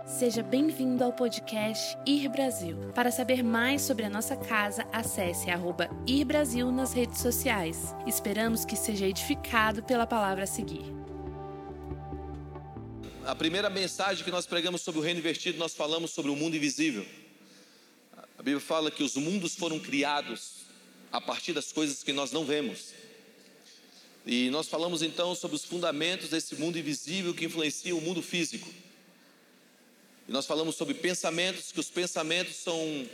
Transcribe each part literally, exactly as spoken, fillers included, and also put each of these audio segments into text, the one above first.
Seja bem-vindo ao podcast Ir Brasil. Para saber mais sobre a nossa casa, acesse arroba Ir Brasil nas redes sociais. Esperamos que seja edificado pela palavra a seguir. A primeira mensagem que nós pregamos sobre o reino invertido, nós falamos sobre o mundo invisível. A Bíblia fala que os mundos foram criados a partir das coisas que nós não vemos. E nós falamos então sobre os fundamentos desse mundo invisível que influencia o mundo físico. E nós falamos sobre pensamentos, que os pensamentos são...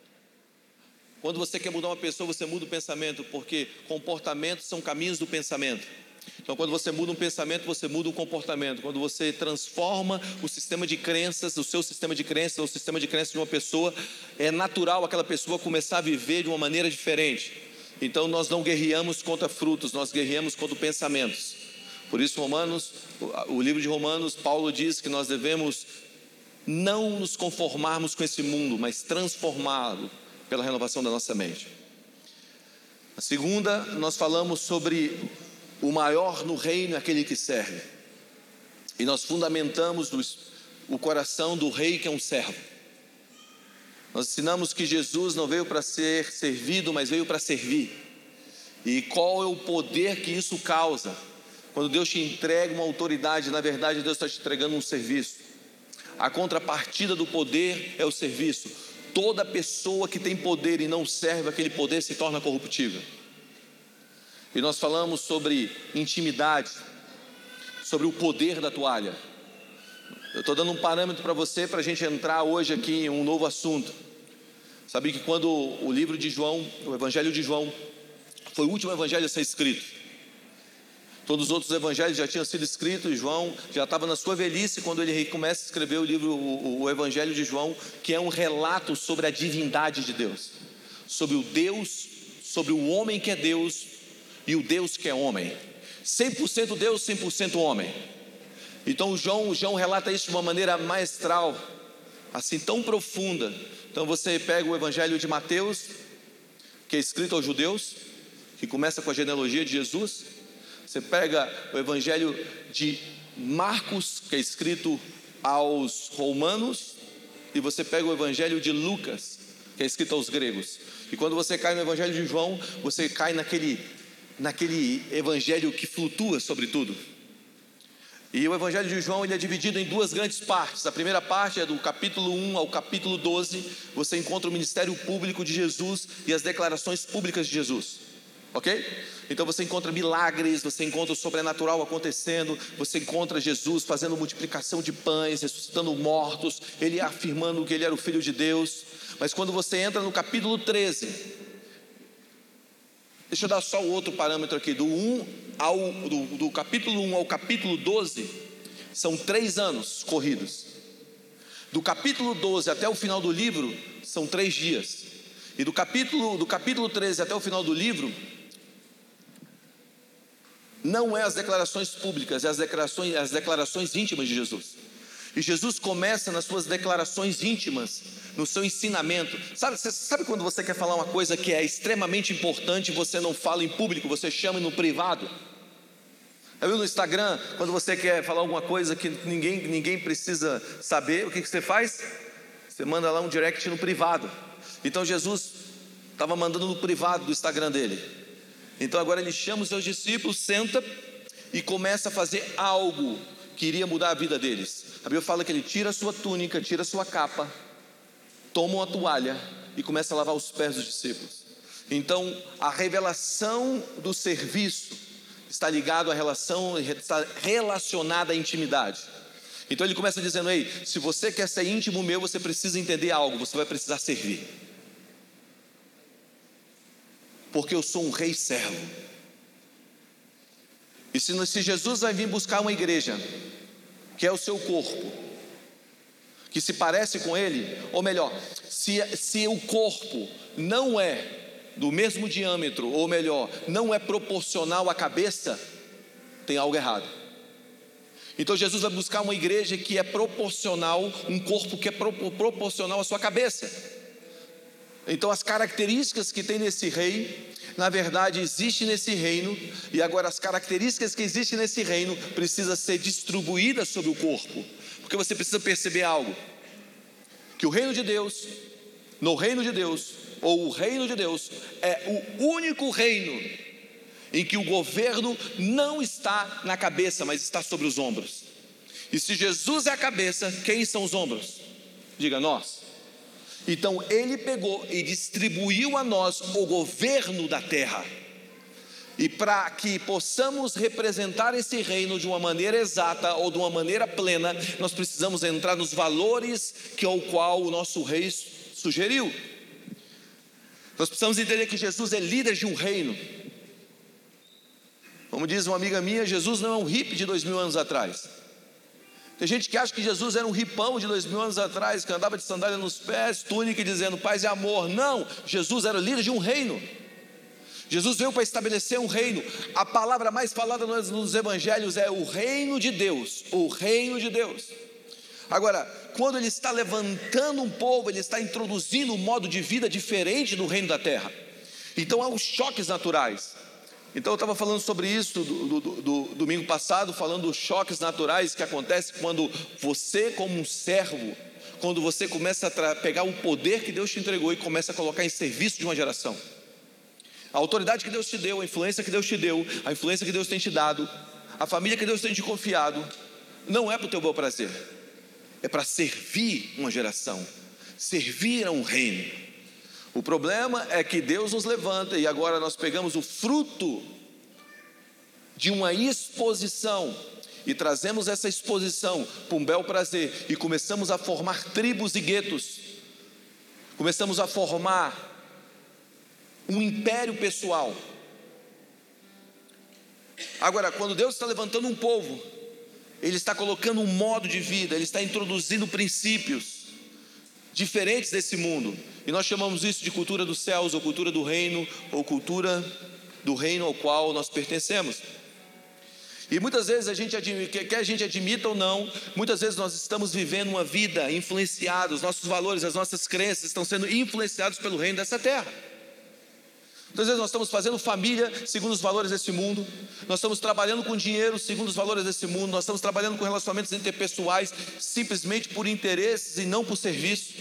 Quando você quer mudar uma pessoa, você muda o pensamento, porque comportamentos são caminhos do pensamento. Então, quando você muda um pensamento, você muda o comportamento. Quando você transforma o sistema de crenças, o seu sistema de crenças, ou o sistema de crenças de uma pessoa, é natural aquela pessoa começar a viver de uma maneira diferente. Então, nós não guerreamos contra frutos, nós guerreamos contra pensamentos. Por isso, Romanos, o livro de Romanos, Paulo diz que nós devemos não nos conformarmos com esse mundo, mas transformá-lo pela renovação da nossa mente. A segunda, nós falamos sobre o maior no reino é aquele que serve. E nós fundamentamos o coração do rei que é um servo. Nós ensinamos que Jesus não veio para ser servido, mas veio para servir. E qual é o poder que isso causa? Quando Deus te entrega uma autoridade, na verdade Deus está te entregando um serviço. A contrapartida do poder é o serviço. Toda pessoa que tem poder e não serve aquele poder se torna corruptível. E nós falamos sobre intimidade, sobre o poder da toalha. Eu estou dando um parâmetro para você, para a gente entrar hoje aqui em um novo assunto. Sabe que quando o livro de João, o Evangelho de João, foi o último evangelho a ser escrito. Todos os outros evangelhos já tinham sido escritos, e João já estava na sua velhice quando ele começa a escrever o livro, o, o Evangelho de João, que é um relato sobre a divindade de Deus, sobre o Deus, sobre o homem que é Deus e o Deus que é homem, cem por cento Deus, cem por cento homem. Então João, João relata isso de uma maneira maestral, assim tão profunda. Então você pega o Evangelho de Mateus, que é escrito aos judeus, que começa com a genealogia de Jesus. Você pega o Evangelho de Marcos, que é escrito aos romanos, e você pega o Evangelho de Lucas, que é escrito aos gregos. E quando você cai no Evangelho de João, você cai naquele, naquele Evangelho que flutua sobre tudo. E o Evangelho de João ele é dividido em duas grandes partes. A primeira parte é do capítulo um ao capítulo doze. Você encontra o ministério público de Jesus e as declarações públicas de Jesus. Ok? Então você encontra milagres, você encontra o sobrenatural acontecendo, você encontra Jesus fazendo multiplicação de pães, ressuscitando mortos, ele afirmando que ele era o Filho de Deus. Mas quando você entra no capítulo treze, deixa eu dar só o outro parâmetro aqui, do, um ao, do, do capítulo um ao capítulo doze, são três anos corridos. Do capítulo doze até o final do livro, são três dias. E do capítulo, do capítulo treze até o final do livro, não é as declarações públicas, é as declarações, as declarações íntimas de Jesus. E Jesus começa nas suas declarações íntimas, no seu ensinamento. Sabe, você sabe quando você quer falar uma coisa que é extremamente importante, você não fala em público, você chama no privado? Já viu no Instagram, quando você quer falar alguma coisa que ninguém, ninguém precisa saber, o que, que você faz? Você manda lá um direct no privado. Então Jesus estava mandando no privado do Instagram dele. Então agora ele chama os seus discípulos, senta e começa a fazer algo que iria mudar a vida deles. A Bíblia fala que ele tira a sua túnica, tira a sua capa, toma uma toalha e começa a lavar os pés dos discípulos. Então a revelação do serviço está ligado à relação, está relacionada à intimidade. Então ele começa dizendo: ei, se você quer ser íntimo meu, você precisa entender algo, você vai precisar servir. Porque eu sou um rei servo. E se, se Jesus vai vir buscar uma igreja, que é o seu corpo, que se parece com ele, ou melhor, se, se o corpo não é do mesmo diâmetro, ou melhor, não é proporcional à cabeça, tem algo errado. Então Jesus vai buscar uma igreja que é proporcional, um corpo que é pro, proporcional à sua cabeça. Então as características que tem nesse rei, na verdade existe nesse reino, e agora as características que existem nesse reino precisam ser distribuídas sobre o corpo, Porque você precisa perceber algo, que o reino de Deus, no reino de Deus, ou o reino de Deus, é o único reino em que o governo não está na cabeça, mas está sobre os ombros. E se Jesus é a cabeça, quem são os ombros? Diga, nós. Então ele pegou e distribuiu a nós o governo da terra. E para que possamos representar esse reino de uma maneira exata ou de uma maneira plena, nós precisamos entrar nos valores que ao qual o nosso rei sugeriu. Nós precisamos entender que Jesus é líder de um reino. Como diz uma amiga minha, Jesus não é um hippie de dois mil anos atrás. Tem gente que acha que Jesus era um ripão de dois mil anos atrás, que andava de sandália nos pés, túnica e dizendo paz e amor. Não, Jesus era líder de um reino. Jesus veio para estabelecer um reino. A palavra mais falada nos evangelhos é o reino de Deus, o reino de Deus. Agora, quando ele está levantando um povo, ele está introduzindo um modo de vida diferente do reino da terra. Então há os choques naturais. Então eu estava falando sobre isso do, do, do, do domingo passado, falando dos choques naturais que acontecem quando você, como um servo, quando você começa a pegar o poder que Deus te entregou e começa a colocar em serviço de uma geração. A autoridade que Deus te deu, a influência que Deus te deu, a influência que Deus tem te dado, a família que Deus tem te confiado, não é para o teu bel prazer, é para servir uma geração, servir a um reino. O problema é que Deus nos levanta e agora nós pegamos o fruto de uma exposição e trazemos essa exposição para um bel prazer e começamos a formar tribos e guetos, começamos a formar um império pessoal. Agora, quando Deus está levantando um povo, Ele está colocando um modo de vida, Ele está introduzindo princípios diferentes desse mundo, e nós chamamos isso de cultura dos céus, ou cultura do reino, ou cultura do reino ao qual nós pertencemos. E muitas vezes a gente admite, quer a gente admita ou não, muitas vezes nós estamos vivendo uma vida influenciada, os nossos valores, as nossas crenças estão sendo influenciados pelo reino dessa terra. Muitas vezes nós estamos fazendo família segundo os valores desse mundo, nós estamos trabalhando com dinheiro segundo os valores desse mundo, nós estamos trabalhando com relacionamentos interpessoais simplesmente por interesses e não por serviço.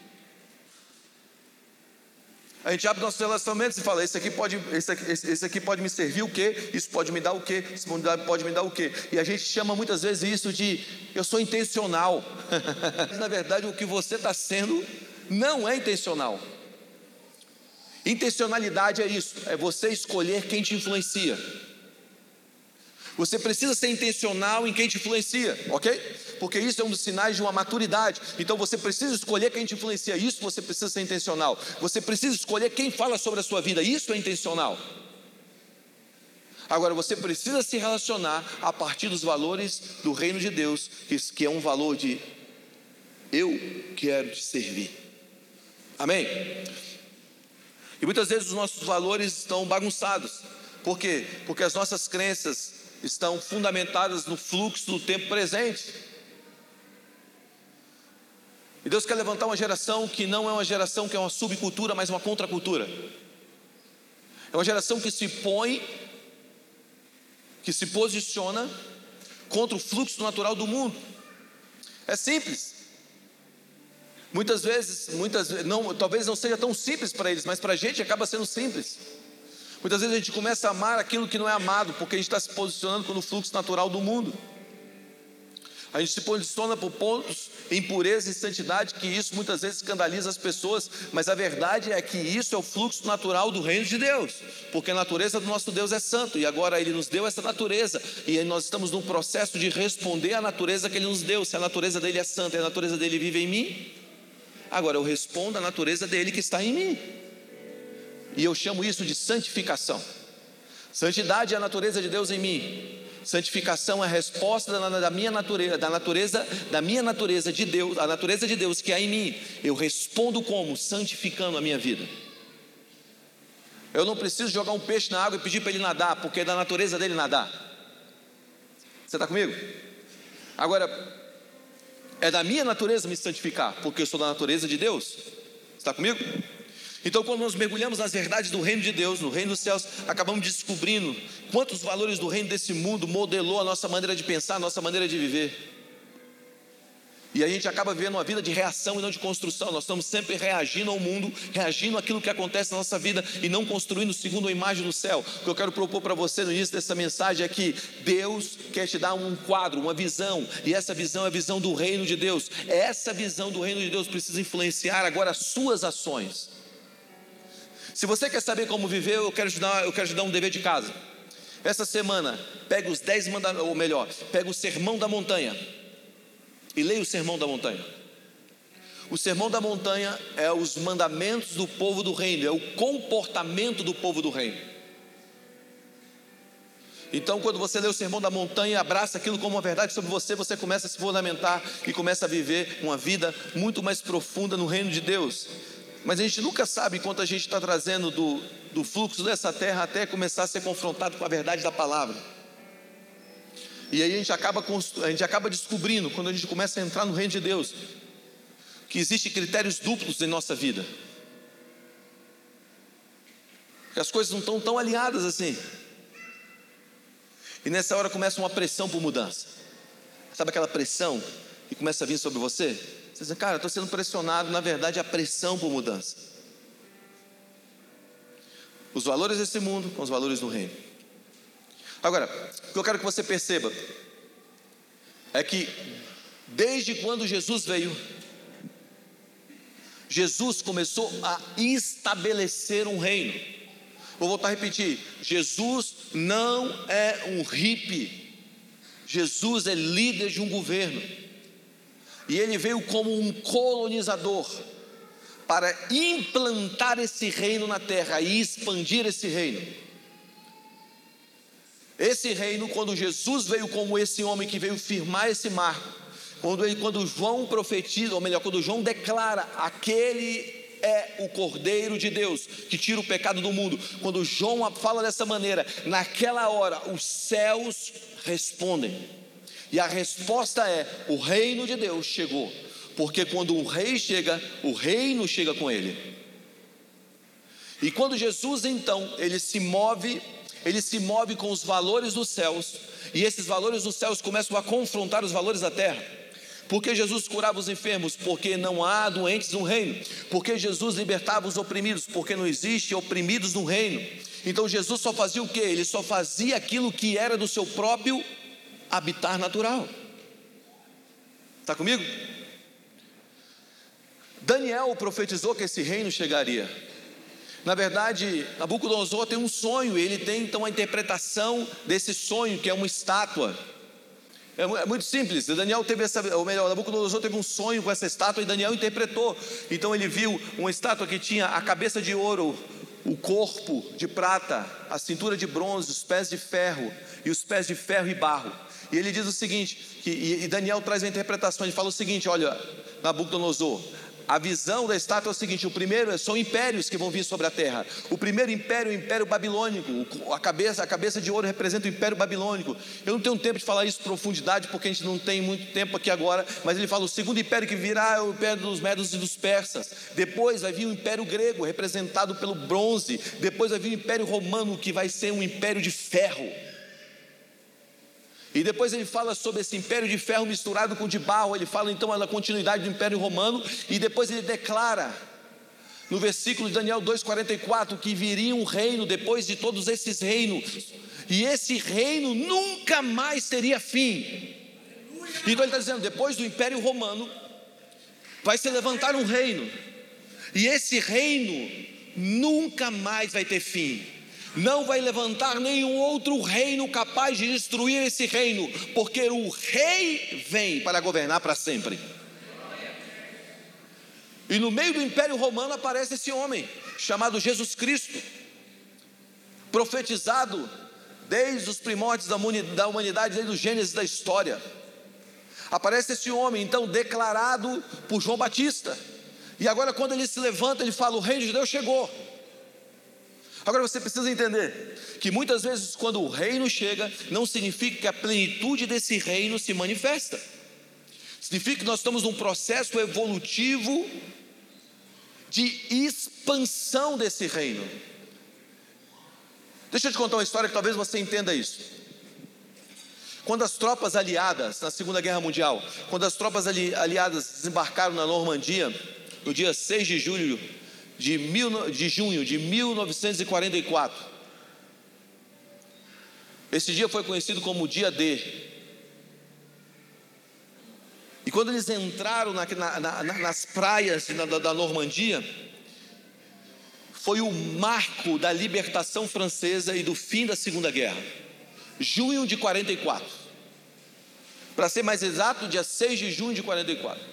A gente abre nossos relacionamentos e fala, esse aqui pode, esse aqui, esse aqui pode me servir o quê? Isso pode me dar o quê? Isso pode me dar o quê? E a gente chama muitas vezes isso de, eu sou intencional. Na verdade, o que você está sendo não é intencional. Intencionalidade é isso, é você escolher quem te influencia. Você precisa ser intencional em quem te influencia, ok? Porque isso é um dos sinais de uma maturidade. Então você precisa escolher quem te influencia, isso você precisa ser intencional. Você precisa escolher quem fala sobre a sua vida, isso é intencional. Agora você precisa se relacionar a partir dos valores do reino de Deus, que é um valor de eu quero te servir. Amém? E muitas vezes os nossos valores estão bagunçados. Por quê? Porque as nossas crenças estão fundamentadas no fluxo do tempo presente. E Deus quer levantar uma geração que não é uma geração que é uma subcultura, mas uma contracultura. É uma geração que se põe, que se posiciona contra o fluxo natural do mundo. É simples. Muitas vezes, muitas, não, talvez não seja tão simples para eles, mas para a gente acaba sendo simples. Muitas vezes a gente começa a amar aquilo que não é amado, porque a gente está se posicionando no fluxo natural do mundo. A gente se posiciona por pontos em pureza e santidade, que isso muitas vezes escandaliza as pessoas, mas a verdade é que isso é o fluxo natural do reino de Deus, porque a natureza do nosso Deus é santo, e agora Ele nos deu essa natureza, e nós estamos num processo de responder à natureza que Ele nos deu. Se a natureza dEle é santa e a natureza dEle vive em mim, agora eu respondo à natureza dEle que está em mim. E eu chamo isso de santificação. Santidade é a natureza de Deus em mim. Santificação é a resposta da, da minha natureza, da natureza, da minha natureza de Deus, a natureza de Deus que há em mim. Eu respondo como? Santificando a minha vida. Eu não preciso jogar um peixe na água e pedir para ele nadar, porque é da natureza dele nadar. Você está comigo? Agora, é da minha natureza me santificar, porque eu sou da natureza de Deus. Você está comigo? Então, quando nós mergulhamos nas verdades do reino de Deus, no reino dos céus, acabamos descobrindo quantos valores do reino desse mundo modelou a nossa maneira de pensar, a nossa maneira de viver. E a gente acaba vivendo uma vida de reação e não de construção. Nós estamos sempre reagindo ao mundo, reagindo àquilo que acontece na nossa vida e não construindo segundo a imagem do céu. O que eu quero propor para você no início dessa mensagem é que Deus quer te dar um quadro, uma visão, e essa visão é a visão do reino de Deus. Essa visão do reino de Deus precisa influenciar agora as suas ações. Se você quer saber como viver, eu quero te dar, eu quero te dar um dever de casa. Essa semana, pega os dez mandamentos, ou melhor, pega o Sermão da Montanha e leia o Sermão da Montanha. O Sermão da Montanha é os mandamentos do povo do reino, é o comportamento do povo do reino. Então, quando você lê o Sermão da Montanha, abraça aquilo como uma verdade sobre você, você começa a se fundamentar e começa a viver uma vida muito mais profunda no reino de Deus. Mas a gente nunca sabe quanto a gente está trazendo do, do fluxo dessa terra até começar a ser confrontado com a verdade da palavra. E aí a gente, acaba, a gente acaba descobrindo, quando a gente começa a entrar no reino de Deus, que existem critérios duplos em nossa vida, que as coisas não estão tão alinhadas assim. E nessa hora começa uma pressão por mudança. Sabe aquela pressão que começa a vir sobre você? Você diz, cara, eu estou sendo pressionado. Na verdade, é a pressão por mudança. Os valores desse mundo com os valores do reino. Agora, o que eu quero que você perceba é que desde quando Jesus veio, Jesus começou a estabelecer um reino. Vou voltar a repetir, Jesus não é um hippie, Jesus é líder de um governo, e ele veio como um colonizador, para implantar esse reino na terra, e expandir esse reino. Esse reino, quando Jesus veio como esse homem que veio firmar esse marco, quando, ele, quando João profetiza, ou melhor, quando João declara, aquele é o Cordeiro de Deus, que tira o pecado do mundo. Quando João fala dessa maneira, naquela hora, os céus respondem. E a resposta é, o reino de Deus chegou. Porque quando o rei chega, o reino chega com ele. E quando Jesus então, ele se move, ele se move com os valores dos céus, e esses valores dos céus começam a confrontar os valores da terra. Porque Jesus curava os enfermos? Porque não há doentes no reino. Porque Jesus libertava os oprimidos? Porque não existe oprimidos no reino. Então Jesus só fazia o quê? Ele só fazia aquilo que era do seu próprio habitar natural. Está comigo? Daniel profetizou que esse reino chegaria. Na verdade, Nabucodonosor tem um sonho, e ele tem então a interpretação desse sonho, que é uma estátua. É muito simples. Daniel teve essa, ou melhor, Nabucodonosor teve um sonho com essa estátua e Daniel interpretou. Então ele viu uma estátua que tinha a cabeça de ouro, o corpo de prata, a cintura de bronze, os pés de ferro e os pés de ferro e barro. E ele diz o seguinte, que, e Daniel traz a interpretação, ele fala o seguinte, olha, Nabucodonosor, a visão da estátua é o seguinte, o primeiro são impérios que vão vir sobre a terra. O primeiro império é o império babilônico, a cabeça, a cabeça de ouro representa o império babilônico. Eu não tenho tempo de falar isso em profundidade, porque a gente não tem muito tempo aqui agora, mas ele fala, o segundo império que virá é o império dos medos e dos persas. Depois vai vir o império grego, representado pelo bronze. Depois vai vir o império romano, que vai ser um império de ferro. E depois ele fala sobre esse império de ferro misturado com o de barro. Ele fala então da continuidade do império romano. E depois ele declara, no versículo de Daniel dois, quarenta e quatro, que viria um reino depois de todos esses reinos. E esse reino nunca mais teria fim. Então ele está dizendo, depois do império romano, vai se levantar um reino. E esse reino nunca mais vai ter fim. Não vai levantar nenhum outro reino capaz de destruir esse reino, porque o rei vem para governar para sempre. E no meio do império romano aparece esse homem, chamado Jesus Cristo, profetizado desde os primórdios da humanidade, desde o Gênesis da história. Aparece esse homem, então, declarado por João Batista. E agora quando ele se levanta, ele fala, o reino de Deus chegou. Agora você precisa entender que muitas vezes quando o reino chega, não significa que a plenitude desse reino se manifesta. Significa que nós estamos num processo evolutivo de expansão desse reino. Deixa eu te contar uma história que talvez você entenda isso. Quando as tropas aliadas, na Segunda Guerra Mundial, quando as tropas ali, aliadas desembarcaram na Normandia, no dia seis de julho de, mil, de junho de mil novecentos e quarenta e quatro, esse dia foi conhecido como dia D. E quando eles entraram na, na, na, nas praias da, da Normandia, foi o marco da libertação francesa e do fim da Segunda Guerra. Junho de quarenta e quatro, para ser mais exato, dia seis de junho de quarenta e quatro.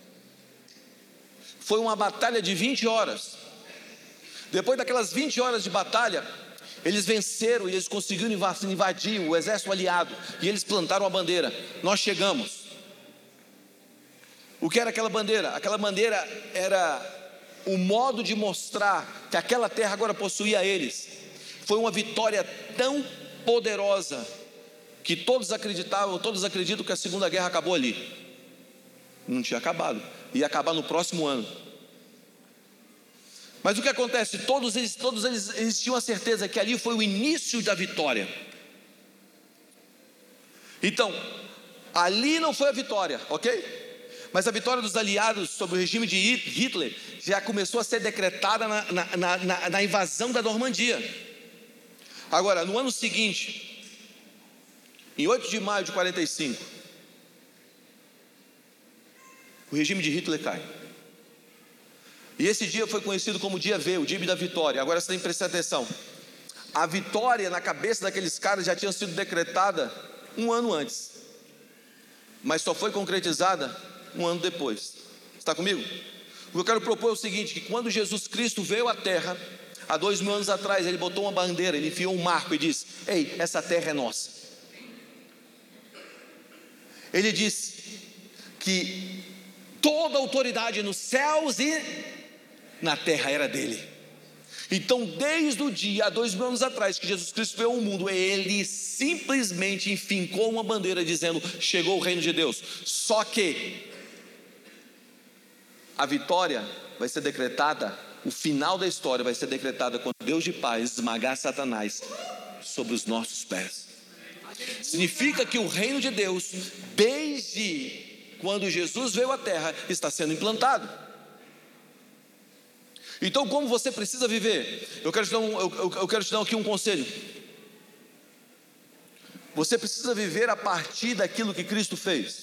Foi uma batalha de vinte horas. Depois daquelas vinte horas de batalha, eles venceram e eles conseguiram invadir o exército aliado, e eles plantaram a bandeira: nós chegamos. O que era aquela bandeira? Aquela bandeira era o modo de mostrar que aquela terra agora possuía eles. Foi uma vitória tão poderosa que todos acreditavam, todos acreditam que a Segunda Guerra acabou ali. Não tinha acabado, ia acabar no próximo ano. Mas o que acontece? Todos eles, todos eles, eles tinham a certeza que ali foi o início da vitória. Então, ali não foi a vitória, ok? Mas a vitória dos aliados sobre o regime de Hitler já começou a ser decretada na, na, na, na invasão da Normandia. Agora, no ano seguinte, em oito de maio de quarenta e cinco, o regime de Hitler cai. E esse dia foi conhecido como dia V, o dia da vitória. Agora você tem que prestar atenção. A vitória na cabeça daqueles caras já tinha sido decretada um ano antes, mas só foi concretizada um ano depois. Está comigo? O que eu quero propor é o seguinte: que quando Jesus Cristo veio à terra, há dois mil anos atrás, ele botou uma bandeira, ele enfiou um marco e disse: ei, essa terra é nossa. Ele disse que toda a autoridade nos céus e na terra era dele. Então, desde o dia, há dois mil anos atrás, que Jesus Cristo veio ao mundo, ele simplesmente enfincou uma bandeira dizendo: chegou o reino de Deus. Só que a vitória vai ser decretada, o final da história vai ser decretada quando Deus de paz esmagar Satanás sobre os nossos pés. Significa que o reino de Deus, desde quando Jesus veio à terra, está sendo implantado. Então, como você precisa viver? Eu quero te dar, um, eu, eu, eu quero te dar aqui um conselho. Você precisa viver a partir daquilo que Cristo fez.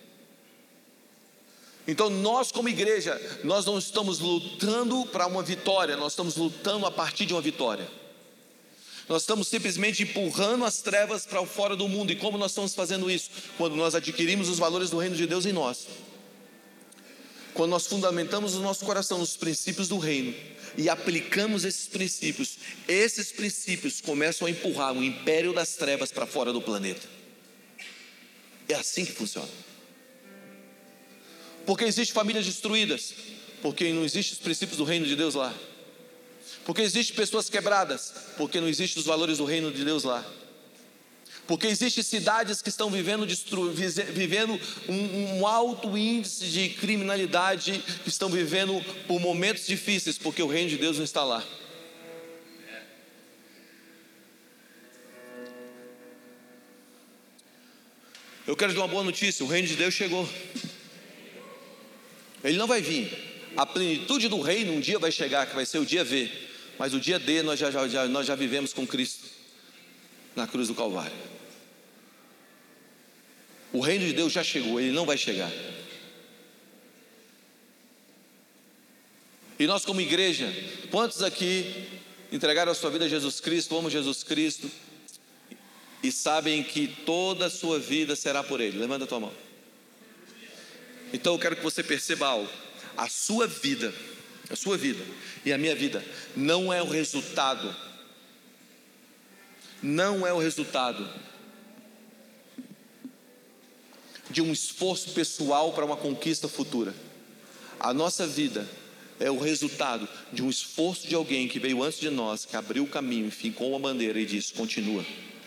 Então nós, como igreja, nós não estamos lutando para uma vitória, nós estamos lutando a partir de uma vitória. Nós estamos simplesmente empurrando as trevas para fora do mundo. E como nós estamos fazendo isso? Quando nós adquirimos os valores do reino de Deus em nós, quando nós fundamentamos o nosso coração nos princípios do reino e aplicamos esses princípios, esses princípios começam a empurrar o império das trevas para fora do planeta. É assim que funciona. Porque existem famílias destruídas? Porque não existem os princípios do reino de Deus lá. Porque existem pessoas quebradas? Porque não existem os valores do reino de Deus lá. Porque existem cidades que estão vivendo, destru... vivendo um, um alto índice de criminalidade, que estão vivendo por momentos difíceis, porque o reino de Deus não está lá. Eu quero te dar uma boa notícia: o reino de Deus chegou. Ele não vai vir. A plenitude do reino um dia vai chegar, que vai ser o dia V. Mas o dia D nós já, já, nós já vivemos com Cristo na cruz do Calvário. O reino de Deus já chegou, ele não vai chegar. E nós, como igreja, quantos aqui entregaram a sua vida a Jesus Cristo, amam Jesus Cristo e sabem que toda a sua vida será por Ele? Levanta a tua mão. Então eu quero que você perceba algo: a sua vida, a sua vida e a minha vida não é o resultado, não é o resultado de um esforço pessoal para uma conquista futura. A nossa vida é o resultado de um esforço de alguém que veio antes de nós, que abriu o caminho, fincou uma bandeira e disse: continua.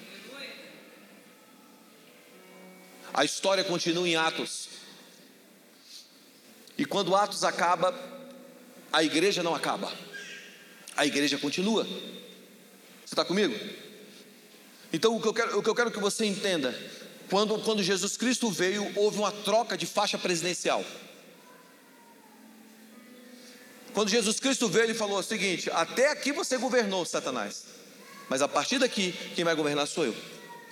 A história continua em Atos. E quando Atos acaba, a igreja não acaba, a igreja continua. Você está comigo? Então o que eu quero, o que eu quero que você entenda Quando, quando Jesus Cristo veio, houve uma troca de faixa presidencial. Quando Jesus Cristo veio, ele falou o seguinte: até aqui você governou, Satanás, mas a partir daqui, quem vai governar sou eu.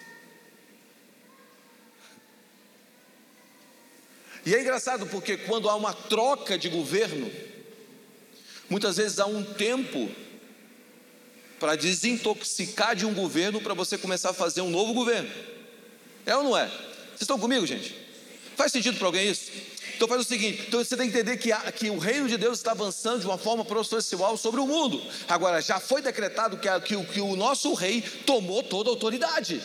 E é engraçado porque quando há uma troca de governo, muitas vezes há um tempo para desintoxicar de um governo, para você começar a fazer um novo governo. É ou não é? Vocês estão comigo, gente? Faz sentido para alguém isso? Então faz o seguinte, então você tem que entender que, a, que o reino de Deus está avançando de uma forma processual sobre o mundo. Agora, já foi decretado que, a, que, o, que o nosso rei tomou toda a autoridade.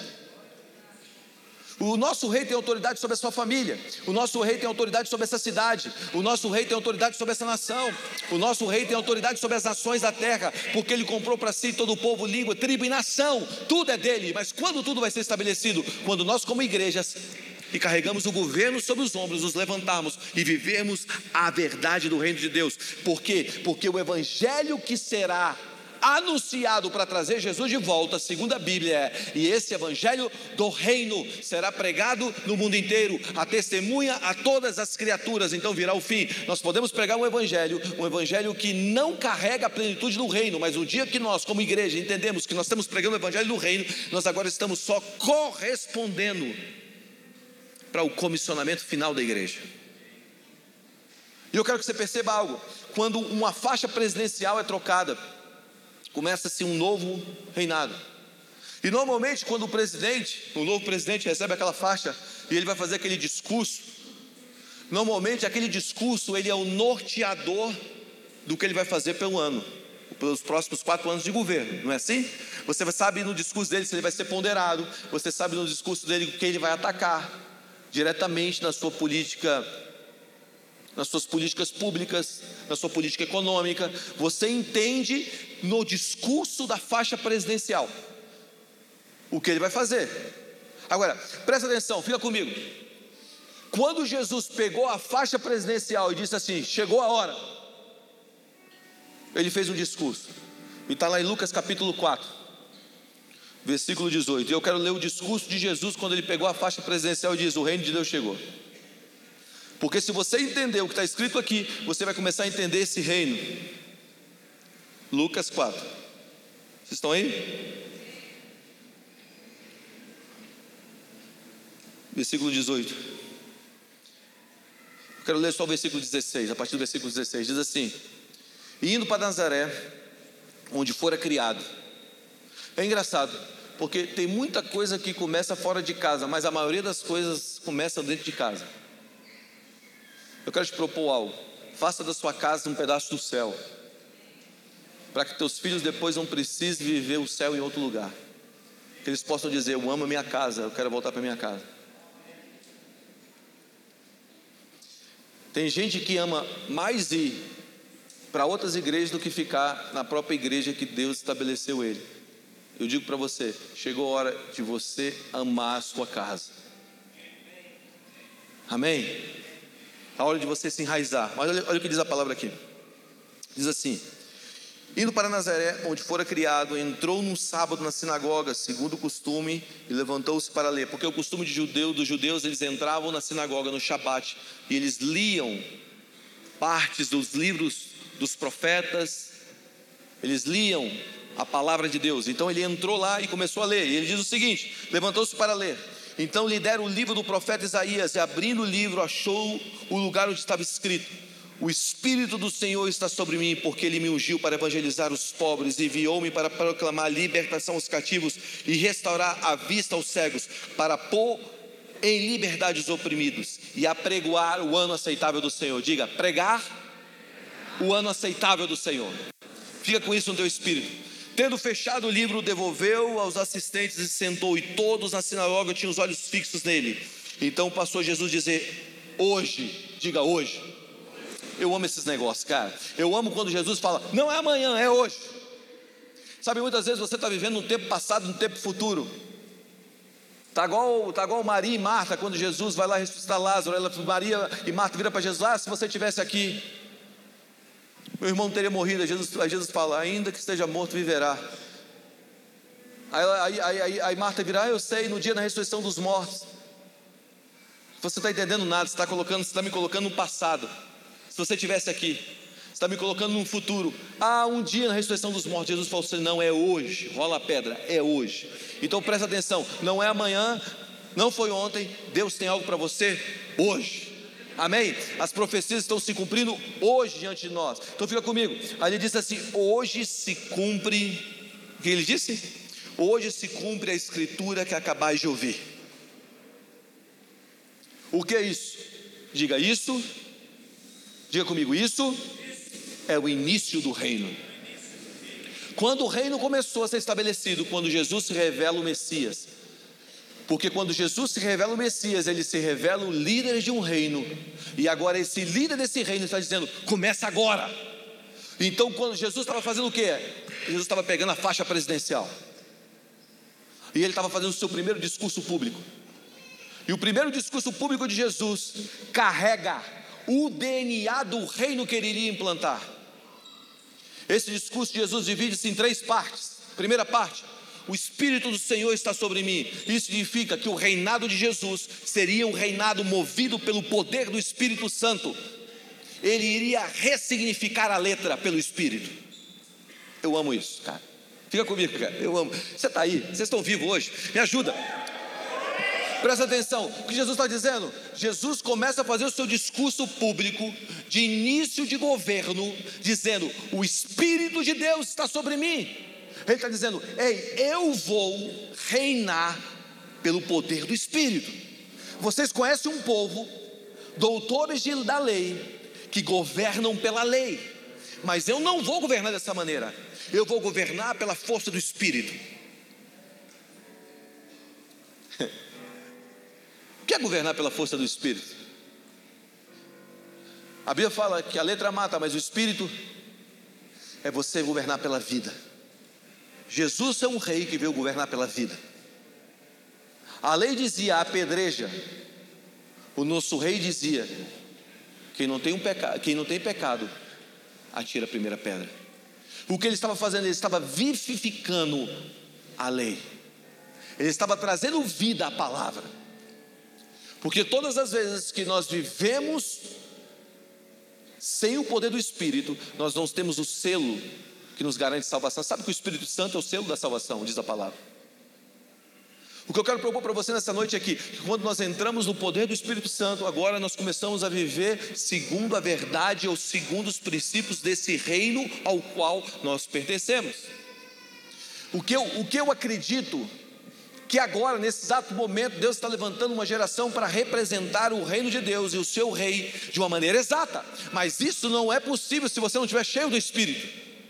O nosso rei tem autoridade sobre a sua família. O nosso rei tem autoridade sobre essa cidade. O nosso rei tem autoridade sobre essa nação. O nosso rei tem autoridade sobre as nações da terra, porque ele comprou para si todo o povo, língua, tribo e nação. Tudo é dele. Mas quando tudo vai ser estabelecido? Quando nós, como igrejas, que carregamos o governo sobre os ombros, nos levantarmos e vivermos a verdade do reino de Deus. Por quê? Porque o evangelho que será anunciado para trazer Jesus de volta, segundo a Bíblia, é, e esse evangelho do reino será pregado no mundo inteiro, a testemunha a todas as criaturas. Então virá o fim. Nós podemos pregar um evangelho, um evangelho que não carrega a plenitude do reino, mas o dia que nós, como igreja, entendemos que nós estamos pregando o evangelho do reino, nós agora estamos só correspondendo para o comissionamento final da igreja. E eu quero que você perceba algo: quando uma faixa presidencial é trocada, começa-se um novo reinado. E normalmente quando o presidente, o novo presidente recebe aquela faixa e ele vai fazer aquele discurso, normalmente aquele discurso ele é o norteador do que ele vai fazer pelo ano, pelos próximos quatro anos de governo, não é assim? Você sabe no discurso dele se ele vai ser ponderado, você sabe no discurso dele o que ele vai atacar diretamente na sua política, nas suas políticas públicas, na sua política econômica. Você entende no discurso da faixa presidencial o que ele vai fazer. Agora, presta atenção, fica comigo. Quando Jesus pegou a faixa presidencial e disse assim: chegou a hora, ele fez um discurso, e está lá em Lucas capítulo quatro, versículo dezoito. E eu quero ler o discurso de Jesus quando ele pegou a faixa presidencial e diz: o reino de Deus chegou. Porque se você entender o que está escrito aqui, você vai começar a entender esse reino. Lucas quatro. Vocês estão aí? Versículo dezoito. Eu quero ler só o versículo dezesseis. A partir do versículo dezesseis diz assim: e indo para Nazaré, onde fora criado. É engraçado, porque tem muita coisa que começa fora de casa, mas a maioria das coisas começa dentro de casa. Eu quero te propor algo: faça da sua casa um pedaço do céu, para que teus filhos depois não precisem viver o céu em outro lugar, que eles possam dizer: eu amo a minha casa, eu quero voltar para a minha casa. Tem gente que ama mais ir para outras igrejas do que ficar na própria igreja que Deus estabeleceu ele. Eu digo para você, chegou a hora de você amar a sua casa. Amém? A hora de você se enraizar. Mas olha, olha o que diz a palavra aqui. Diz assim: indo para Nazaré, onde fora criado, entrou num sábado na sinagoga, segundo o costume, e levantou-se para ler. Porque o costume de judeu, dos judeus, eles entravam na sinagoga no Shabat, e eles liam partes dos livros dos profetas, eles liam a palavra de Deus. Então ele entrou lá e começou a ler, e ele diz o seguinte: levantou-se para ler. Então lhe deram o livro do profeta Isaías, e abrindo o livro, achou o lugar onde estava escrito: o Espírito do Senhor está sobre mim, porque Ele me ungiu para evangelizar os pobres, e enviou-me para proclamar libertação aos cativos, e restaurar a vista aos cegos, para pôr em liberdade os oprimidos, e apregoar o ano aceitável do Senhor. Diga: pregar o ano aceitável do Senhor. Fica com isso no teu espírito. Tendo fechado o livro, devolveu aos assistentes e sentou, e todos na sinagoga tinham os olhos fixos nele. Então passou Jesus a dizer: hoje, diga hoje. Eu amo esses negócios, cara. Eu amo quando Jesus fala: não é amanhã, é hoje. Sabe, muitas vezes você está vivendo um tempo passado, um tempo futuro. Está igual, tá igual Maria e Marta, quando Jesus vai lá ressuscitar Lázaro. Ela, Maria e Marta viram para Jesus: ah, se você estivesse aqui, meu irmão não teria morrido. Aí Jesus, aí Jesus fala: ainda que esteja morto, viverá. Aí, aí, aí, aí Marta virá: ah, eu sei, no dia da ressurreição dos mortos. você não está entendendo nada, você está colocando, você está me colocando no passado. Se você estivesse aqui, você está me colocando no futuro. Ah, um dia na ressurreição dos mortos, Jesus falou assim, não, é hoje, rola a pedra, é hoje. Então presta atenção, não é amanhã, não foi ontem, Deus tem algo para você hoje. Amém? As profecias estão se cumprindo hoje diante de nós. Então fica comigo. Aí ele disse assim, hoje se cumpre, o que ele disse? Hoje se cumpre a escritura que acabais de ouvir. O que é isso? Diga isso. Diga comigo, isso é o início do reino. Quando o reino começou a ser estabelecido, quando Jesus se revela o Messias. Porque quando Jesus se revela o Messias, ele se revela o líder de um reino. E agora esse líder desse reino está dizendo, começa agora. Então quando Jesus estava fazendo o quê? Jesus estava pegando a faixa presidencial. E ele estava fazendo o seu primeiro discurso público. E o primeiro discurso público de Jesus carrega o D N A do reino que ele iria implantar. Esse discurso de Jesus divide-se em três partes. Primeira parte, o Espírito do Senhor está sobre mim. Isso significa que o reinado de Jesus seria um reinado movido pelo poder do Espírito Santo. Ele iria ressignificar a letra pelo Espírito. Eu amo isso, cara. Fica comigo, cara. Eu amo. Você está aí, vocês estão vivos hoje. Me ajuda. Presta atenção, o que Jesus está dizendo? Jesus começa a fazer o seu discurso público de início de governo, dizendo, o Espírito de Deus está sobre mim. Ele está dizendo, ei, eu vou reinar pelo poder do Espírito. Vocês conhecem um povo, doutores de, da lei, que governam pela lei. Mas eu não vou governar dessa maneira. Eu vou governar pela força do Espírito. O que é governar pela força do Espírito? A Bíblia fala que a letra mata, mas o Espírito é você governar pela vida. Jesus é um rei que veio governar pela vida. A lei dizia, apedreja. O nosso rei dizia, quem não tem, um peca... quem não tem pecado, atira a primeira pedra. O que ele estava fazendo? Ele estava vivificando a lei. Ele estava trazendo vida à palavra. Porque todas as vezes que nós vivemos sem o poder do Espírito, nós não temos o selo que nos garante salvação. Sabe que o Espírito Santo é o selo da salvação, diz a palavra. O que eu quero propor para você nessa noite é que quando nós entramos no poder do Espírito Santo, agora nós começamos a viver segundo a verdade ou segundo os princípios desse reino ao qual nós pertencemos. O que eu, o que eu acredito que agora, nesse exato momento, Deus está levantando uma geração para representar o reino de Deus e o seu rei de uma maneira exata. Mas isso não é possível se você não estiver cheio do Espírito.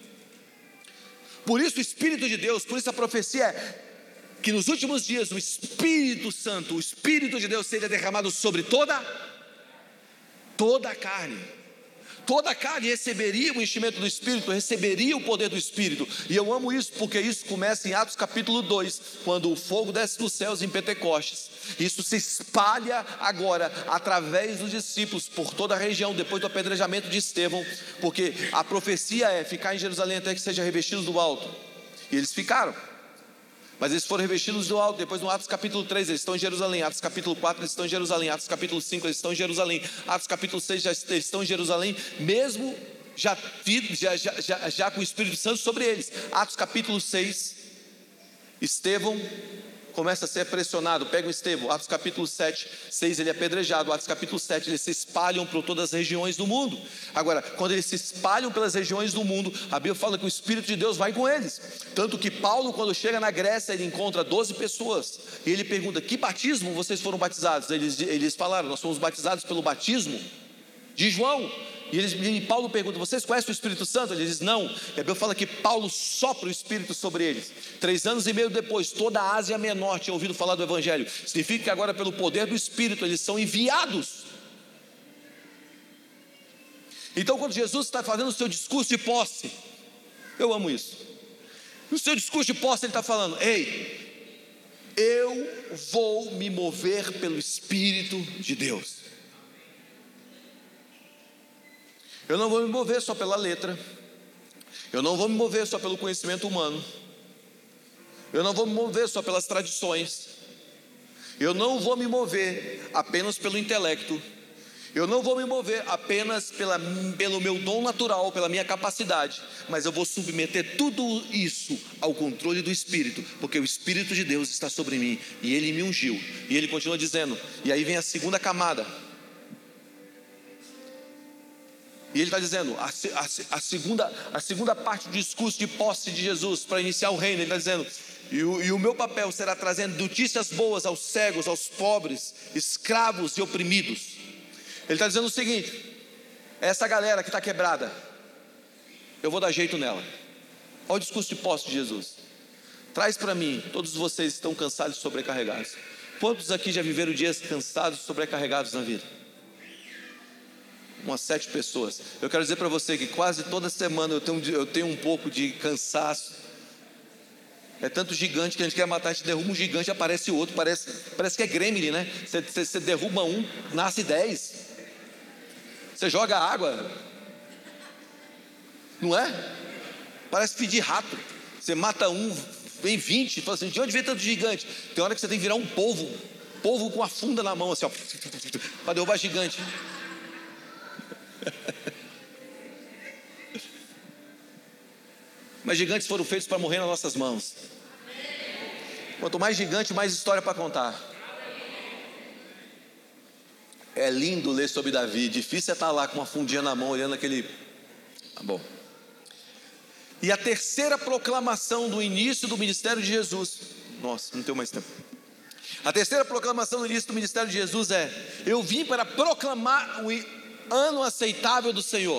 Por isso o Espírito de Deus, por isso a profecia é que nos últimos dias o Espírito Santo, o Espírito de Deus seria derramado sobre toda, toda a carne. Toda a carne receberia o enchimento do Espírito, receberia o poder do Espírito. E eu amo isso porque isso começa em Atos capítulo dois, quando o fogo desce dos céus em Pentecostes. Isso se espalha agora através dos discípulos por toda a região, depois do apedrejamento de Estevão, porque a profecia é ficar em Jerusalém até que sejam revestidos do alto. E eles ficaram. Mas eles foram revestidos do alto. Depois no Atos capítulo três eles estão em Jerusalém. Atos capítulo quatro eles estão em Jerusalém. Atos capítulo cinco eles estão em Jerusalém. Atos capítulo seis já, eles estão em Jerusalém, mesmo já, já, já, já, já com o Espírito Santo sobre eles. Atos capítulo seis, Estevão começa a ser pressionado. Pega o Estevão. Atos capítulo sete, seis ele é apedrejado. Atos capítulo sete eles se espalham por todas as regiões do mundo. Agora, quando eles se espalham pelas regiões do mundo, a Bíblia fala que o Espírito de Deus vai com eles. Tanto que Paulo, quando chega na Grécia, ele encontra doze pessoas. E ele pergunta, que batismo vocês foram batizados? Eles, eles falaram, nós fomos batizados pelo batismo de João. E, eles, e Paulo pergunta, vocês conhecem o Espírito Santo? Ele diz, não. E a Bíblia fala que Paulo sopra o Espírito sobre eles. Três anos e meio depois, toda a Ásia Menor tinha ouvido falar do Evangelho. Significa que agora, pelo poder do Espírito, eles são enviados. Então, quando Jesus está fazendo o seu discurso de posse, eu amo isso. No seu discurso de posse, ele está falando, ei, eu vou me mover pelo Espírito de Deus. Eu não vou me mover só pela letra. Eu não vou me mover só pelo conhecimento humano. Eu não vou me mover só pelas tradições. Eu não vou me mover apenas pelo intelecto. Eu não vou me mover apenas pela, pelo meu dom natural, pela minha capacidade, mas eu vou submeter tudo isso ao controle do Espírito, porque o Espírito de Deus está sobre mim, e Ele me ungiu. E Ele continua dizendo, e aí vem a segunda camada, e Ele está dizendo, a, a, a, segunda, a segunda parte do discurso de posse de Jesus, para iniciar o reino, Ele está dizendo, e o, e o meu papel será trazendo notícias boas aos cegos, aos pobres, escravos e oprimidos. Ele está dizendo o seguinte, essa galera que está quebrada, eu vou dar jeito nela. Olha o discurso de posse de Jesus. Traz para mim, todos vocês estão cansados e sobrecarregados. Quantos aqui já viveram dias cansados e sobrecarregados na vida? Umas sete pessoas. Eu quero dizer para você que quase toda semana eu tenho, eu tenho um pouco de cansaço. É tanto gigante que a gente quer matar, a gente derruba um gigante, aparece outro, parece, parece que é gremlin, né? Você, você, você derruba um, nasce dez. Você joga água, não é? Parece pedir rato. Você mata um, vem vinte, fala assim, de onde vem tanto gigante? Tem hora que você tem que virar um polvo, polvo com a funda na mão, assim, ó, para derrubar gigante. Mas gigantes foram feitos para morrer nas nossas mãos. Quanto mais gigante, mais história para contar. É lindo ler sobre Davi. Difícil é estar lá com uma fundinha na mão, olhando aquele... Tá bom. E a terceira proclamação do início do ministério de Jesus. Nossa, não tenho mais tempo. A terceira proclamação do início do ministério de Jesus é: eu vim para proclamar o ano aceitável do Senhor.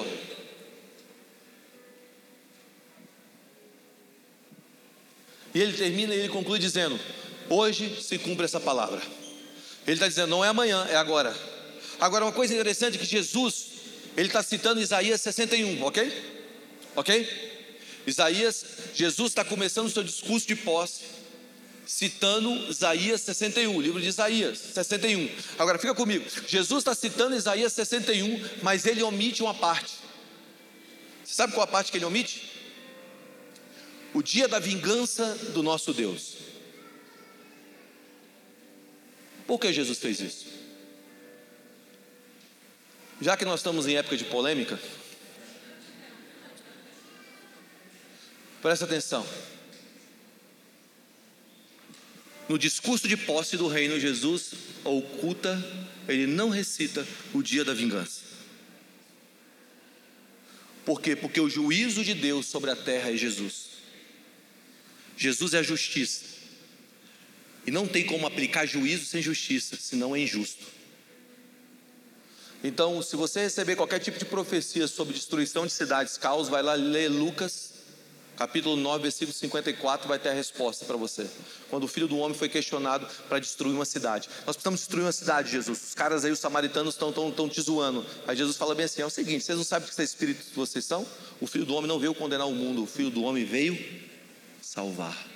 E ele termina e ele conclui dizendo: hoje se cumpre essa palavra. Ele está dizendo, não é amanhã, é agora. Agora, uma coisa interessante é que Jesus, ele está citando Isaías sessenta e um, ok? Ok? Isaías, Jesus está começando o seu discurso de posse, citando Isaías sessenta e um, livro de Isaías sessenta e um. Agora, fica comigo, Jesus está citando Isaías sessenta e um, mas ele omite uma parte. Você sabe qual a parte que ele omite? O dia da vingança do nosso Deus. Por que Jesus fez isso? Já que nós estamos em época de polêmica, presta atenção. No discurso de posse do reino, Jesus oculta, ele não recita o dia da vingança. Por quê? Porque o juízo de Deus sobre a terra é Jesus. Jesus é a justiça. E não tem como aplicar juízo sem justiça, senão é injusto. Então, se você receber qualquer tipo de profecia sobre destruição de cidades, caos, vai lá ler Lucas, capítulo nove, versículo cinquenta e quatro, vai ter a resposta para você. Quando o Filho do Homem foi questionado para destruir uma cidade. Nós precisamos destruir uma cidade, Jesus. Os caras aí, os samaritanos, estão tão, tão te zoando. Aí Jesus fala bem assim, é o seguinte, vocês não sabem que espíritos vocês são? O Filho do Homem não veio condenar o mundo, o Filho do Homem veio salvar.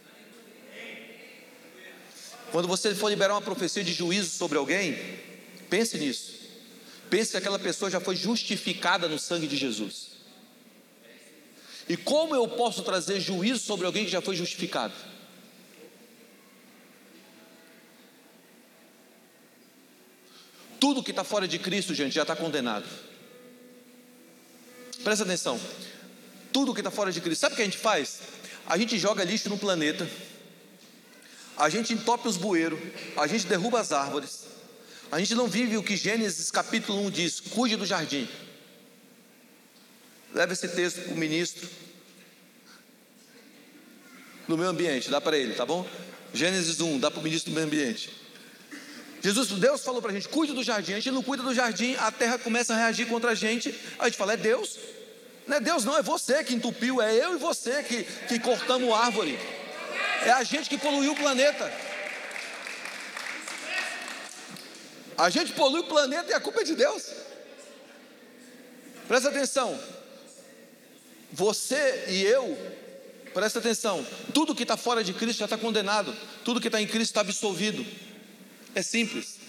Quando você for liberar uma profecia de juízo sobre alguém, pense nisso. Pense que aquela pessoa já foi justificada no sangue de Jesus. E como eu posso trazer juízo sobre alguém que já foi justificado? Tudo que está fora de Cristo, gente, já está condenado. Presta atenção. Tudo que está fora de Cristo. Sabe o que a gente faz? A gente joga lixo no planeta. A gente entope os bueiros. A gente derruba as árvores. A gente não vive o que Gênesis capítulo um diz: cuide do jardim. Leva esse texto para o ministro do meio ambiente, dá para ele, tá bom? Gênesis um, dá para o ministro do meio ambiente. Jesus, Deus falou para a gente: cuide do jardim. A gente não cuida do jardim, a terra começa a reagir contra a gente. A gente fala: é Deus? Não é Deus não, é você que entupiu. É eu e você que, que cortamos árvore. É a gente que poluiu o planeta. A gente polui o planeta e a culpa é de Deus. Presta atenção. Você e eu, presta atenção. Tudo que está fora de Cristo já está condenado. Tudo que está em Cristo está absolvido. É simples.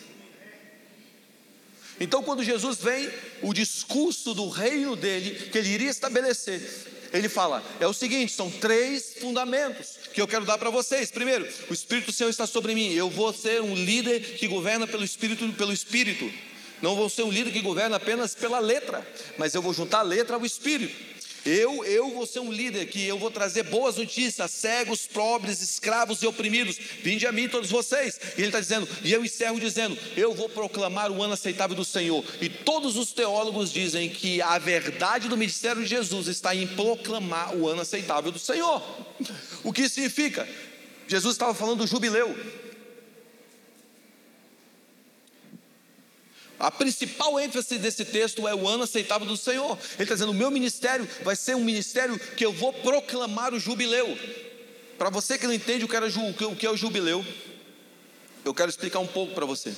Então, quando Jesus vem, o discurso do reino dele, que ele iria estabelecer, ele fala, é o seguinte, são três fundamentos que eu quero dar para vocês. Primeiro, o Espírito do Senhor está sobre mim, eu vou ser um líder que governa pelo Espírito, pelo Espírito. Não vou ser um líder que governa apenas pela letra, mas eu vou juntar a letra ao Espírito. Eu, eu vou ser um líder que eu vou trazer boas notícias a cegos, pobres, escravos e oprimidos. Vinde a mim todos vocês. E ele está dizendo, e eu encerro dizendo, eu vou proclamar o ano aceitável do Senhor. E todos os teólogos dizem que a verdade do ministério de Jesus está em proclamar o ano aceitável do Senhor. O que significa? Jesus estava falando do jubileu. A principal ênfase desse texto é o ano aceitável do Senhor. Ele está dizendo, o meu ministério vai ser um ministério que eu vou proclamar o jubileu. Para você que não entende o que, era, o que é o jubileu, eu quero explicar um pouco para você.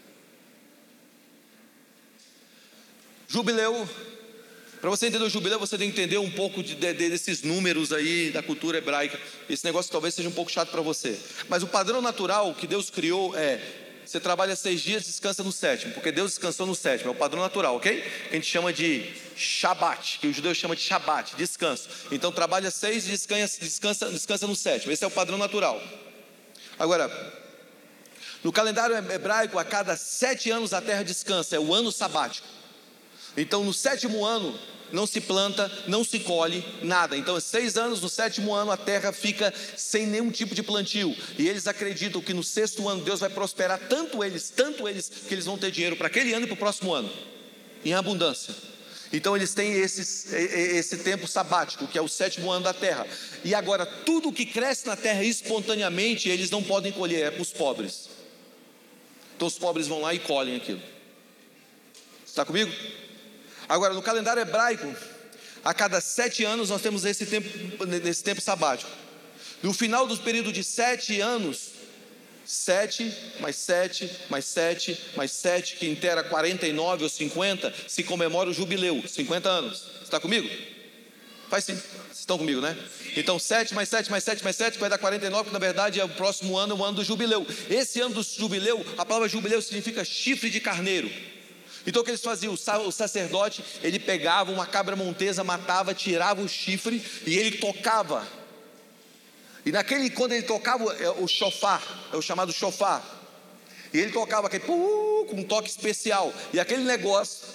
Jubileu, para você entender o jubileu, você tem que entender um pouco de, de, desses números aí da cultura hebraica. Esse negócio talvez seja um pouco chato para você, mas o padrão natural que Deus criou é: você trabalha seis dias, descansa no sétimo, porque Deus descansou no sétimo, é o padrão natural, ok? Que a gente chama de Shabat, que os judeus chamam de Shabat, descanso. Então trabalha seis e descansa, descansa, descansa no sétimo, esse é o padrão natural. Agora, no calendário hebraico, a cada sete anos a terra descansa, é o ano sabático. Então no sétimo ano não se planta, não se colhe nada. Então, seis anos, no sétimo ano, a terra fica sem nenhum tipo de plantio. E eles acreditam que no sexto ano Deus vai prosperar tanto eles, tanto eles, que eles vão ter dinheiro para aquele ano e para o próximo ano, em abundância. Então eles têm esses, esse tempo sabático, que é o sétimo ano da terra. E agora, tudo que cresce na terra espontaneamente, eles não podem colher, é para os pobres. Então os pobres vão lá e colhem aquilo. Está comigo? Agora, no calendário hebraico, a cada sete anos nós temos esse tempo, esse tempo sabático. No final do período de sete anos, sete, mais sete, mais sete, mais sete, que inteira quarenta e nove ou cinquenta, se comemora o jubileu, cinquenta anos. Está comigo? Faz sim, vocês estão comigo, né? Então sete mais sete mais sete mais sete vai dar quarenta e nove, que na verdade é o próximo ano, o ano do jubileu. Esse ano do jubileu, a palavra jubileu significa chifre de carneiro. Então o que eles faziam? O sacerdote, ele pegava uma cabra montesa, matava, tirava o chifre e ele tocava. E naquele, quando ele tocava o shofar, é o chamado shofar, e ele tocava aquele uh, com um toque especial, e aquele negócio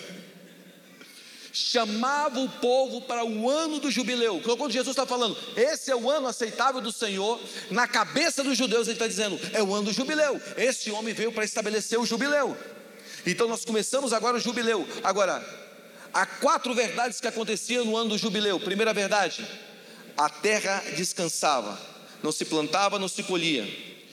chamava o povo para o ano do jubileu. Então, quando Jesus está falando, esse é o ano aceitável do Senhor, na cabeça dos judeus ele está dizendo, é o ano do jubileu. Esse homem veio para estabelecer o jubileu. Então nós começamos agora o jubileu. Agora, há quatro verdades que aconteciam no ano do jubileu. Primeira verdade, a terra descansava, não se plantava, não se colhia.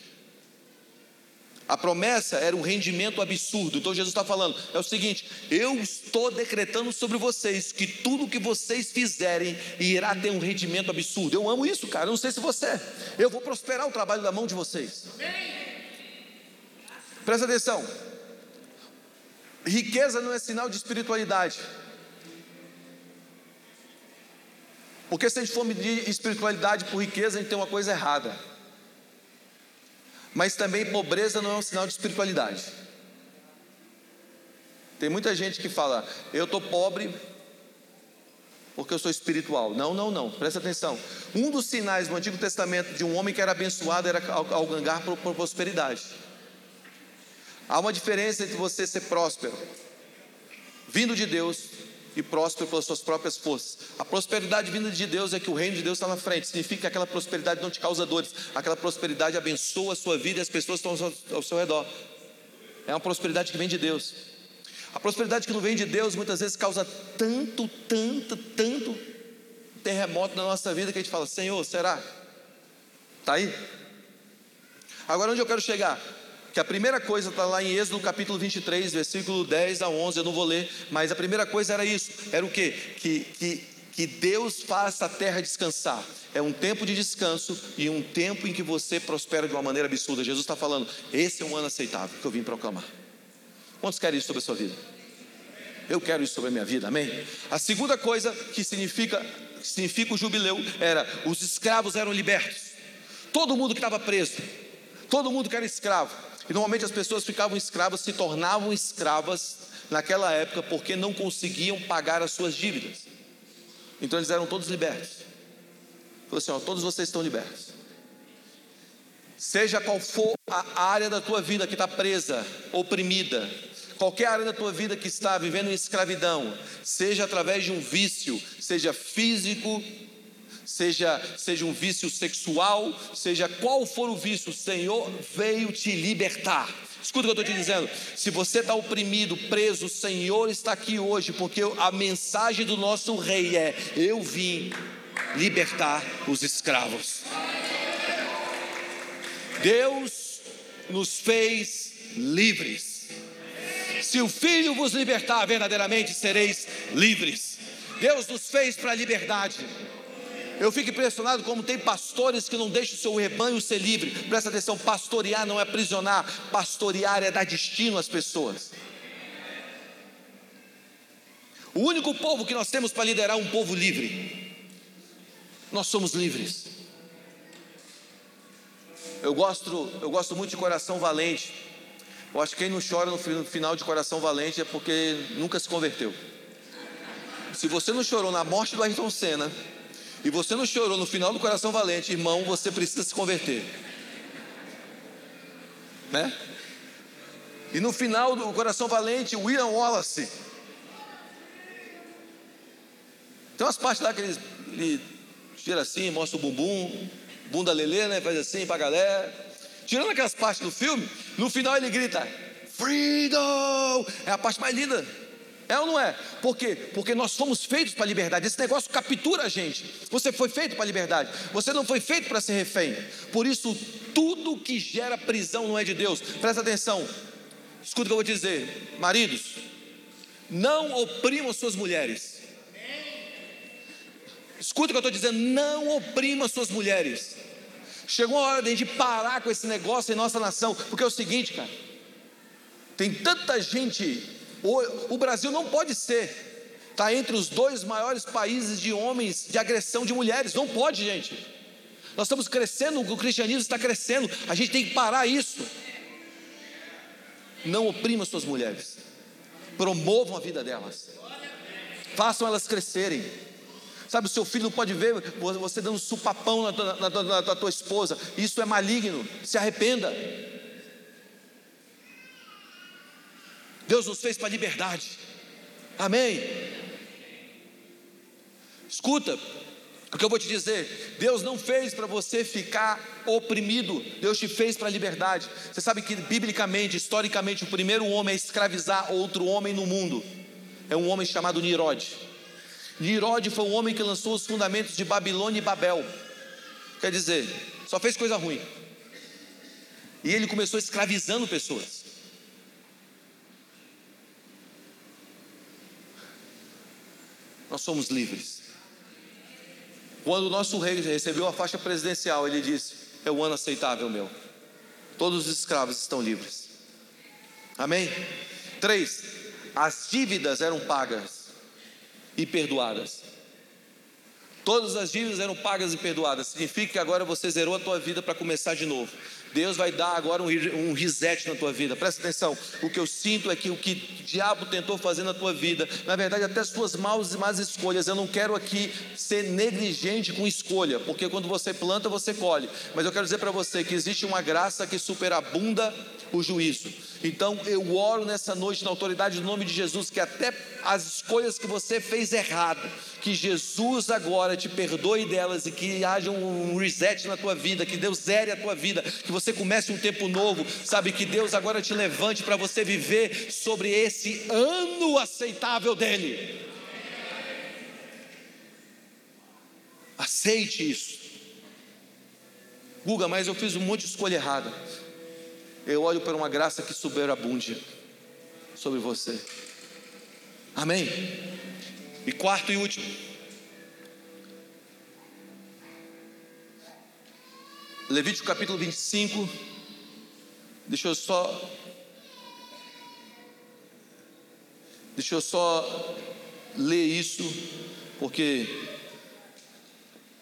A promessa era um rendimento absurdo. Então Jesus está falando, é o seguinte, eu estou decretando sobre vocês que tudo que vocês fizerem irá ter um rendimento absurdo. Eu amo isso, cara, eu não sei se você, eu vou prosperar o trabalho da mão de vocês. Presta atenção, riqueza não é sinal de espiritualidade. Porque se a gente for medir espiritualidade por riqueza, a gente tem uma coisa errada. Mas também pobreza não é um sinal de espiritualidade. Tem muita gente que fala, eu estou pobre porque eu sou espiritual. Não, não, não, presta atenção. Um dos sinais do Antigo Testamento de um homem que era abençoado era algangar por, por prosperidade. Há uma diferença entre você ser próspero, vindo de Deus, e próspero pelas suas próprias forças. A prosperidade vinda de Deus é que o reino de Deus está na frente. Significa que aquela prosperidade não te causa dores. Aquela prosperidade abençoa a sua vida e as pessoas estão ao seu, ao seu redor. É uma prosperidade que vem de Deus. A prosperidade que não vem de Deus muitas vezes causa tanto, tanto, tanto terremoto na nossa vida que a gente fala, Senhor, será? Está aí? Agora onde eu quero chegar? Que a primeira coisa está lá em Êxodo capítulo vinte e três, versículo dez a onze, eu não vou ler, mas a primeira coisa era isso, era o quê? Que, que, que Deus faça a terra descansar, é um tempo de descanso e um tempo em que você prospera de uma maneira absurda. Jesus está falando, esse é um ano aceitável que eu vim proclamar. Quantos querem isso sobre a sua vida? Eu quero isso sobre a minha vida, amém? A segunda coisa que significa, que significa o jubileu era, os escravos eram libertos, todo mundo que estava preso, todo mundo que era escravo. E normalmente as pessoas ficavam escravas, se tornavam escravas naquela época porque não conseguiam pagar as suas dívidas. Então eles eram todos libertos. Falou assim, ó, todos vocês estão libertos. Seja qual for a área da tua vida que está presa, oprimida, qualquer área da tua vida que está vivendo em escravidão, seja através de um vício, seja físico, seja, seja um vício sexual, seja qual for o vício, o Senhor veio te libertar. Escuta o que eu estou te dizendo. Se você está oprimido, preso, o Senhor está aqui hoje, porque a mensagem do nosso rei é: eu vim libertar os escravos. Deus nos fez livres. Se o Filho vos libertar, verdadeiramente sereis livres. Deus nos fez para a liberdade. Eu fico impressionado como tem pastores que não deixam o seu rebanho ser livre. Presta atenção, pastorear não é aprisionar, pastorear é dar destino às pessoas. O único povo que nós temos para liderar é um povo livre. Nós somos livres. Eu gosto, eu gosto muito de Coração Valente. Eu acho que quem não chora no final de Coração Valente é porque nunca se converteu. Se você não chorou na morte do Ayrton Senna e você não chorou no final do Coração Valente, irmão, você precisa se converter, né? E no final do Coração Valente, William Wallace, tem umas partes lá que ele, ele tira assim, mostra o bumbum, bunda lelê, né? Faz assim pra galera. Tirando aquelas partes do filme, no final ele grita: Freedom! É a parte mais linda. É ou não é? Por quê? Porque nós fomos feitos para a liberdade. Esse negócio captura a gente. Você foi feito para a liberdade. Você não foi feito para ser refém. Por isso, tudo que gera prisão não é de Deus. Presta atenção. Escuta o que eu vou dizer. Maridos, não oprimam suas mulheres. Escuta o que eu estou dizendo. Não oprimam suas mulheres. Chegou a hora de a gente parar com esse negócio em nossa nação. Porque é o seguinte, cara. Tem tanta gente... O Brasil não pode ser, está entre os dois maiores países de homens, de agressão de mulheres. Não pode, gente. Nós estamos crescendo, o cristianismo está crescendo. A gente tem que parar isso. Não oprimam suas mulheres. Promovam a vida delas. Façam elas crescerem. Sabe, o seu filho não pode ver você dando supapão na tua, na, na, na tua esposa. Isso é maligno. Se arrependa. Deus nos fez para a liberdade. Amém? Escuta o que eu vou te dizer. Deus não fez para você ficar oprimido. Deus te fez para a liberdade. Você sabe que biblicamente, historicamente, o primeiro homem a escravizar outro homem no mundo é um homem chamado Nimrod. Nimrod foi o homem que lançou os fundamentos de Babilônia e Babel. Quer dizer, só fez coisa ruim. E ele começou escravizando pessoas. Nós somos livres. Quando o nosso rei recebeu a faixa presidencial, ele disse: é o ano aceitável meu. Todos os escravos estão livres. Amém? Três, as dívidas eram pagas e perdoadas. Todas as dívidas eram pagas e perdoadas. Significa que agora você zerou a tua vida para começar de novo. Deus vai dar agora um reset na tua vida. Presta atenção. O que eu sinto é que o que o diabo tentou fazer na tua vida, na verdade até as tuas maus e más escolhas. Eu não quero aqui ser negligente com escolha, porque quando você planta você colhe. Mas eu quero dizer para você que existe uma graça que superabunda o juízo. Então eu oro nessa noite na autoridade do nome de Jesus, que até as escolhas que você fez errado, que Jesus agora te perdoe delas e que haja um reset na tua vida, que Deus zere a tua vida, que você comece um tempo novo, sabe, que Deus agora te levante para você viver sobre esse ano aceitável dele. Aceite isso. Guga, mas eu fiz um monte de escolha errada. Eu olho para uma graça que superabunde sobre você. Amém? E quarto e último, Levítico capítulo vinte e cinco. Deixa eu só Deixa eu só ler isso, porque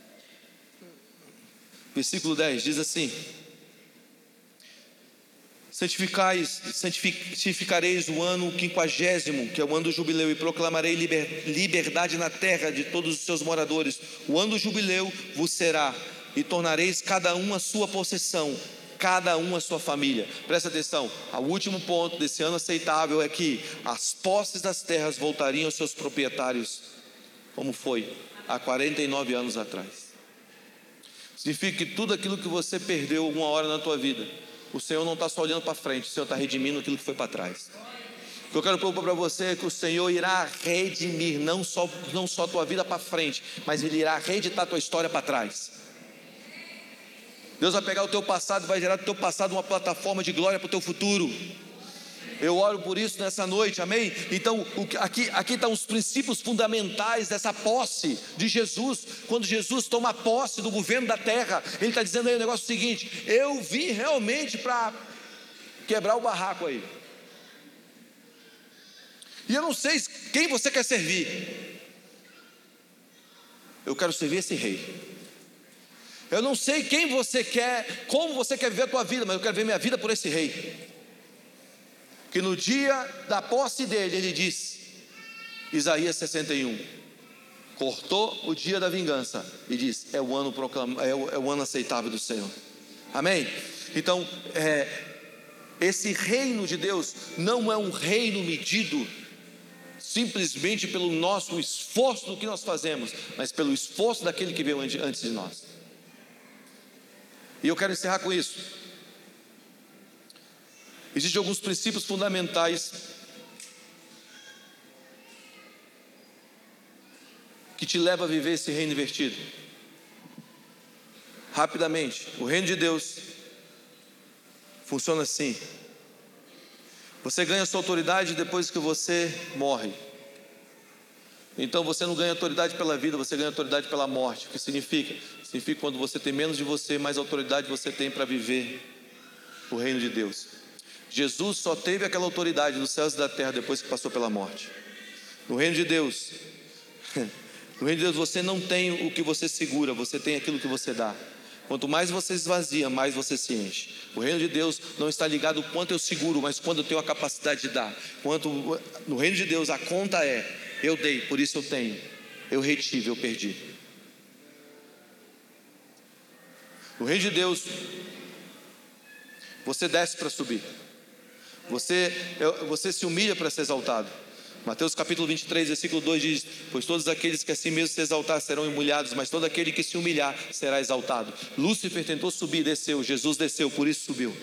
versículo dez diz assim: Santificais, santificareis o ano quinquagésimo, que é o ano do jubileu, e proclamarei liber, liberdade na terra de todos os seus moradores. O ano do jubileu vos será, e tornareis cada um a sua possessão, cada um a sua família. Presta atenção, o último ponto desse ano aceitável é que as posses das terras voltariam aos seus proprietários, como foi há quarenta e nove anos atrás. Significa que tudo aquilo que você perdeu uma hora na tua vida, o Senhor não está só olhando para frente, o Senhor está redimindo aquilo que foi para trás. O que eu quero propor para você é que o Senhor irá redimir não só, não só a tua vida para frente, mas Ele irá reeditar a tua história para trás. Deus vai pegar o teu passado e vai gerar do teu passado uma plataforma de glória para o teu futuro. Eu oro por isso nessa noite, amém? Então, o que, aqui, aqui estão os princípios fundamentais dessa posse de Jesus. Quando Jesus toma posse do governo da terra, Ele está dizendo aí o negócio seguinte: eu vim realmente para quebrar o barraco aí. E eu não sei quem você quer servir. Eu quero servir esse rei. Eu não sei quem você quer, como você quer viver a tua vida, mas eu quero ver minha vida por esse rei. Que no dia da posse dele, ele diz, Isaías sessenta e um, cortou o dia da vingança e diz, é o ano, proclama, é o, é o ano aceitável do Senhor. Amém? Então, é, esse reino de Deus não é um reino medido simplesmente pelo nosso esforço do que nós fazemos, mas pelo esforço daquele que veio antes de nós. E eu quero encerrar com isso. Existem alguns princípios fundamentais que te levam a viver esse reino invertido. Rapidamente, o reino de Deus funciona assim: você ganha sua autoridade depois que você morre. Então você não ganha autoridade pela vida, você ganha autoridade pela morte. O que significa? Significa que quando você tem menos de você, mais autoridade você tem para viver o reino de Deus. Jesus só teve aquela autoridade nos céus e da terra depois que passou pela morte. No reino de Deus, no reino de Deus você não tem o que você segura, você tem aquilo que você dá. Quanto mais você esvazia, mais você se enche. O reino de Deus não está ligado ao quanto eu seguro, mas quando eu tenho a capacidade de dar. Quanto, no reino de Deus a conta é, eu dei, por isso eu tenho. Eu retive, eu perdi. No reino de Deus, você desce para subir. Você, você se humilha para ser exaltado. Mateus capítulo vinte e três, versículo dois diz: pois todos aqueles que assim mesmo se exaltar serão humilhados, mas todo aquele que se humilhar será exaltado. Lúcifer tentou subir, desceu, Jesus desceu, por isso subiu.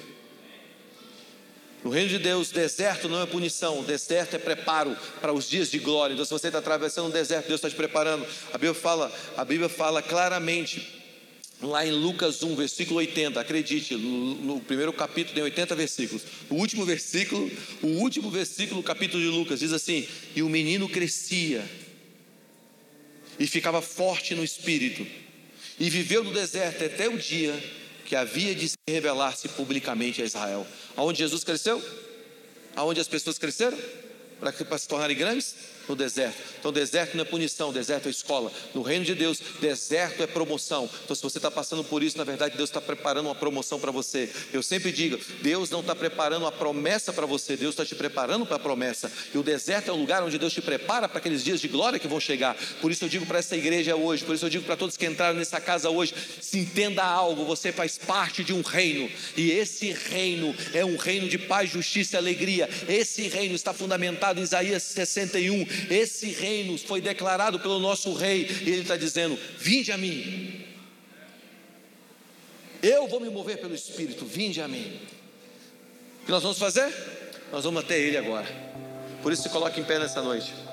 No reino de Deus, deserto não é punição, deserto é preparo para os dias de glória. Então se você está atravessando um deserto, Deus está te preparando. A Bíblia fala, a Bíblia fala claramente lá em Lucas um, versículo oitenta, acredite, no, no primeiro capítulo tem oitenta versículos. O último versículo, o último versículo, capítulo de Lucas, diz assim: e o menino crescia e ficava forte no espírito, e viveu no deserto até o dia que havia de se revelar-se publicamente a Israel. Aonde Jesus cresceu? Aonde as pessoas cresceram? Para, para se tornarem grandes? No deserto. Então deserto não é punição, deserto é escola. No reino de Deus, deserto é promoção. Então se você está passando por isso, na verdade Deus está preparando uma promoção para você. Eu sempre digo, Deus não está preparando uma promessa para você, Deus está te preparando para a promessa. E o deserto é o lugar onde Deus te prepara para aqueles dias de glória que vão chegar. Por isso eu digo para essa igreja hoje, por isso eu digo para todos que entraram nessa casa hoje, se entenda algo, você faz parte de um reino, e esse reino é um reino de paz, justiça e alegria. Esse reino está fundamentado em Isaías sessenta e um. Esse reino foi declarado pelo nosso rei, e ele está dizendo: vinde a mim, eu vou me mover pelo Espírito, vinde a mim. O que nós vamos fazer? Nós vamos até ele agora. Por isso se coloque em pé nessa noite.